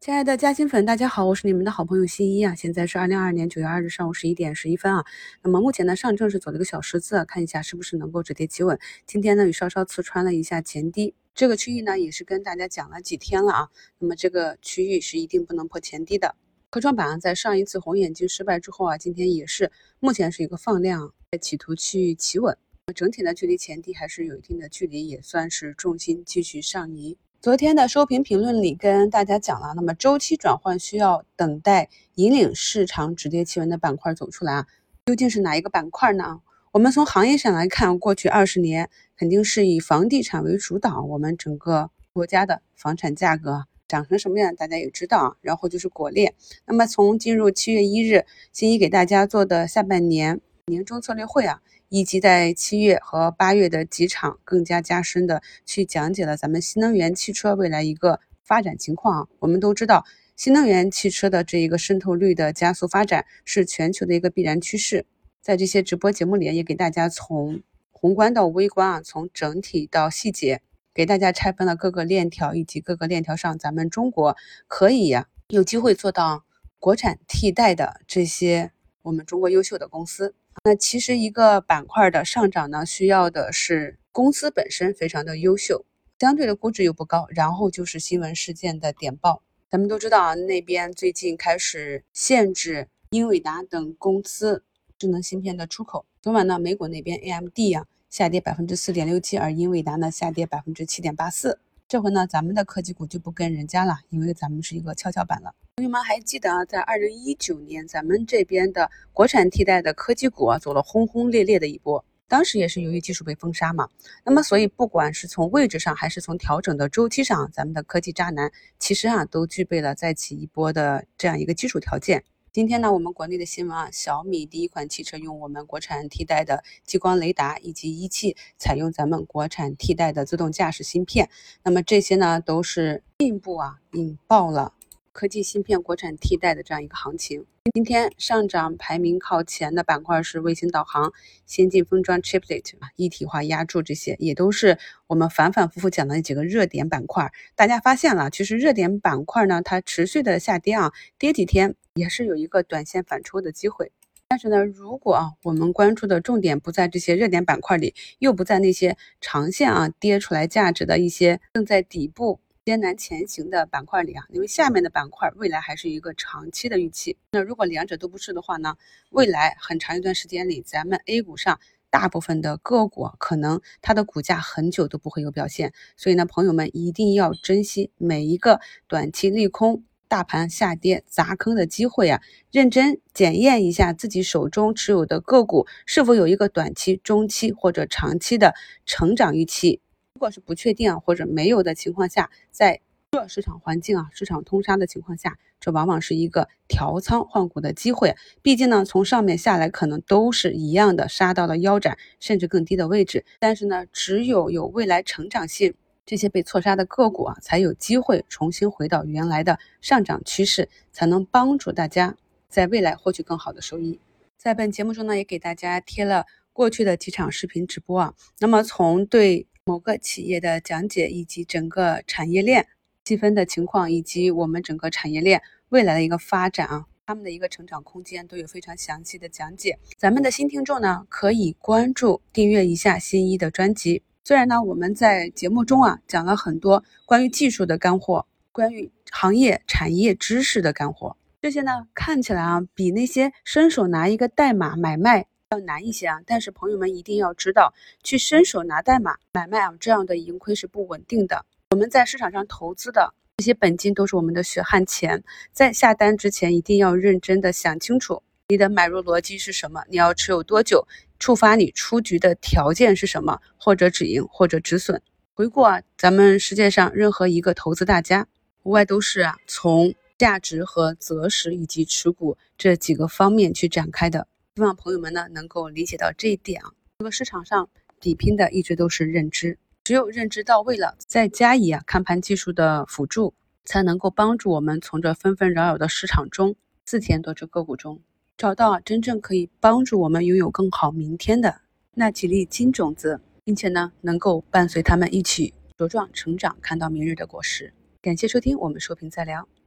亲爱的嘉兴粉，大家好，我是你们的好朋友新一啊。现在是2022年9月2日上午11点11分啊。那么目前呢，上证是走了一个小十字，看一下是不是能够止跌企稳。今天呢，也稍稍刺穿了一下前低，这个区域呢也是跟大家讲了几天了啊。那么这个区域是一定不能破前低的。科创板在上一次红眼睛失败之后啊，今天也是目前是一个放量，企图去企稳。整体呢，距离前低还是有一定的距离，也算是重心继续上移。昨天的收评评论里跟大家讲了，那么周期转换需要等待引领市场止跌企稳的板块走出来啊，究竟是哪一个板块呢？我们从行业上来看，过去20年肯定是以房地产为主导，我们整个国家的房产价格涨成什么样，大家也知道啊。然后就是果链。那么从进入7月1日，新一给大家做的下半年年终策略会啊，以及在7月和8月的几场更加加深的去讲解了咱们新能源汽车未来一个发展情况啊。我们都知道，新能源汽车的这一个渗透率的加速发展是全球的一个必然趋势。在这些直播节目里也给大家从宏观到微观啊，从整体到细节，给大家拆分了各个链条，以及各个链条上咱们中国可以有机会做到国产替代的这些我们中国优秀的公司。那其实一个板块的上涨呢，需要的是公司本身非常的优秀，相对的估值又不高，然后就是新闻事件的点爆。咱们都知道啊，那边最近开始限制英伟达等公司智能芯片的出口。昨晚呢，美股那边 AMD 下跌 4.67%， 而英伟达呢下跌 7.84%。这回呢，咱们的科技股就不跟人家了，因为咱们是一个跷跷板了。朋友们还记得啊，在2019年，咱们这边的国产替代的科技股走了轰轰烈烈的一波，当时也是由于技术被封杀嘛。那么所以不管是从位置上还是从调整的周期上，咱们的科技渣男其实都具备了再起一波的这样一个基础条件。今天呢，我们国内的新闻小米第一款汽车用我们国产替代的激光雷达，以及一汽采用咱们国产替代的自动驾驶芯片。那么这些呢，都是进一步引爆了科技芯片国产替代的这样一个行情。今天上涨排名靠前的板块是卫星导航、先进封装 chiplet、一体化压铸，这些也都是我们反反复复讲的几个热点板块。大家发现了，其实热点板块呢，它持续的下跌跌几天也是有一个短线反抽的机会。但是呢，如果我们关注的重点不在这些热点板块里，又不在那些长线跌出来价值的一些正在底部艰难前行的板块里因为下面的板块未来还是一个长期的预期。那如果两者都不是的话呢，未来很长一段时间里，咱们 A 股上大部分的个股可能它的股价很久都不会有表现。所以呢，朋友们一定要珍惜每一个短期利空大盘下跌砸坑的机会认真检验一下自己手中持有的个股是否有一个短期、中期或者长期的成长预期。如果是不确定或者没有的情况下，在市场环境市场通杀的情况下，这往往是一个调仓换股的机会。毕竟呢，从上面下来可能都是一样的，杀到了腰斩甚至更低的位置。但是呢，只有未来成长性，这些被错杀的个股才有机会重新回到原来的上涨趋势，才能帮助大家在未来获取更好的收益。在本节目中呢，也给大家贴了过去的几场视频直播那么从对某个企业的讲解，以及整个产业链细分的情况，以及我们整个产业链未来的一个发展他们的一个成长空间都有非常详细的讲解。咱们的新听众呢，可以关注订阅一下新一的专辑。虽然呢，我们在节目中讲了很多关于技术的干货，关于行业产业知识的干货，这些呢看起来比那些伸手拿一个代码买卖要难一些但是朋友们一定要知道，去伸手拿代码买卖这样的盈亏是不稳定的。我们在市场上投资的这些本金都是我们的血汗钱，在下单之前一定要认真的想清楚你的买入逻辑是什么，你要持有多久，触发你出局的条件是什么，或者止盈或者止损。回顾咱们世界上任何一个投资大家，无外都是从价值和择时以及持股这几个方面去展开的。希望朋友们呢能够理解到这一点这个市场上比拼的一直都是认知，只有认知到位了，再加以看盘技术的辅助，才能够帮助我们从这纷纷扰扰的市场中，自田多只个股中，找到真正可以帮助我们拥有更好明天的那几粒金种子，并且呢能够伴随他们一起茁壮成长，看到明日的果实。感谢收听，我们收评再聊。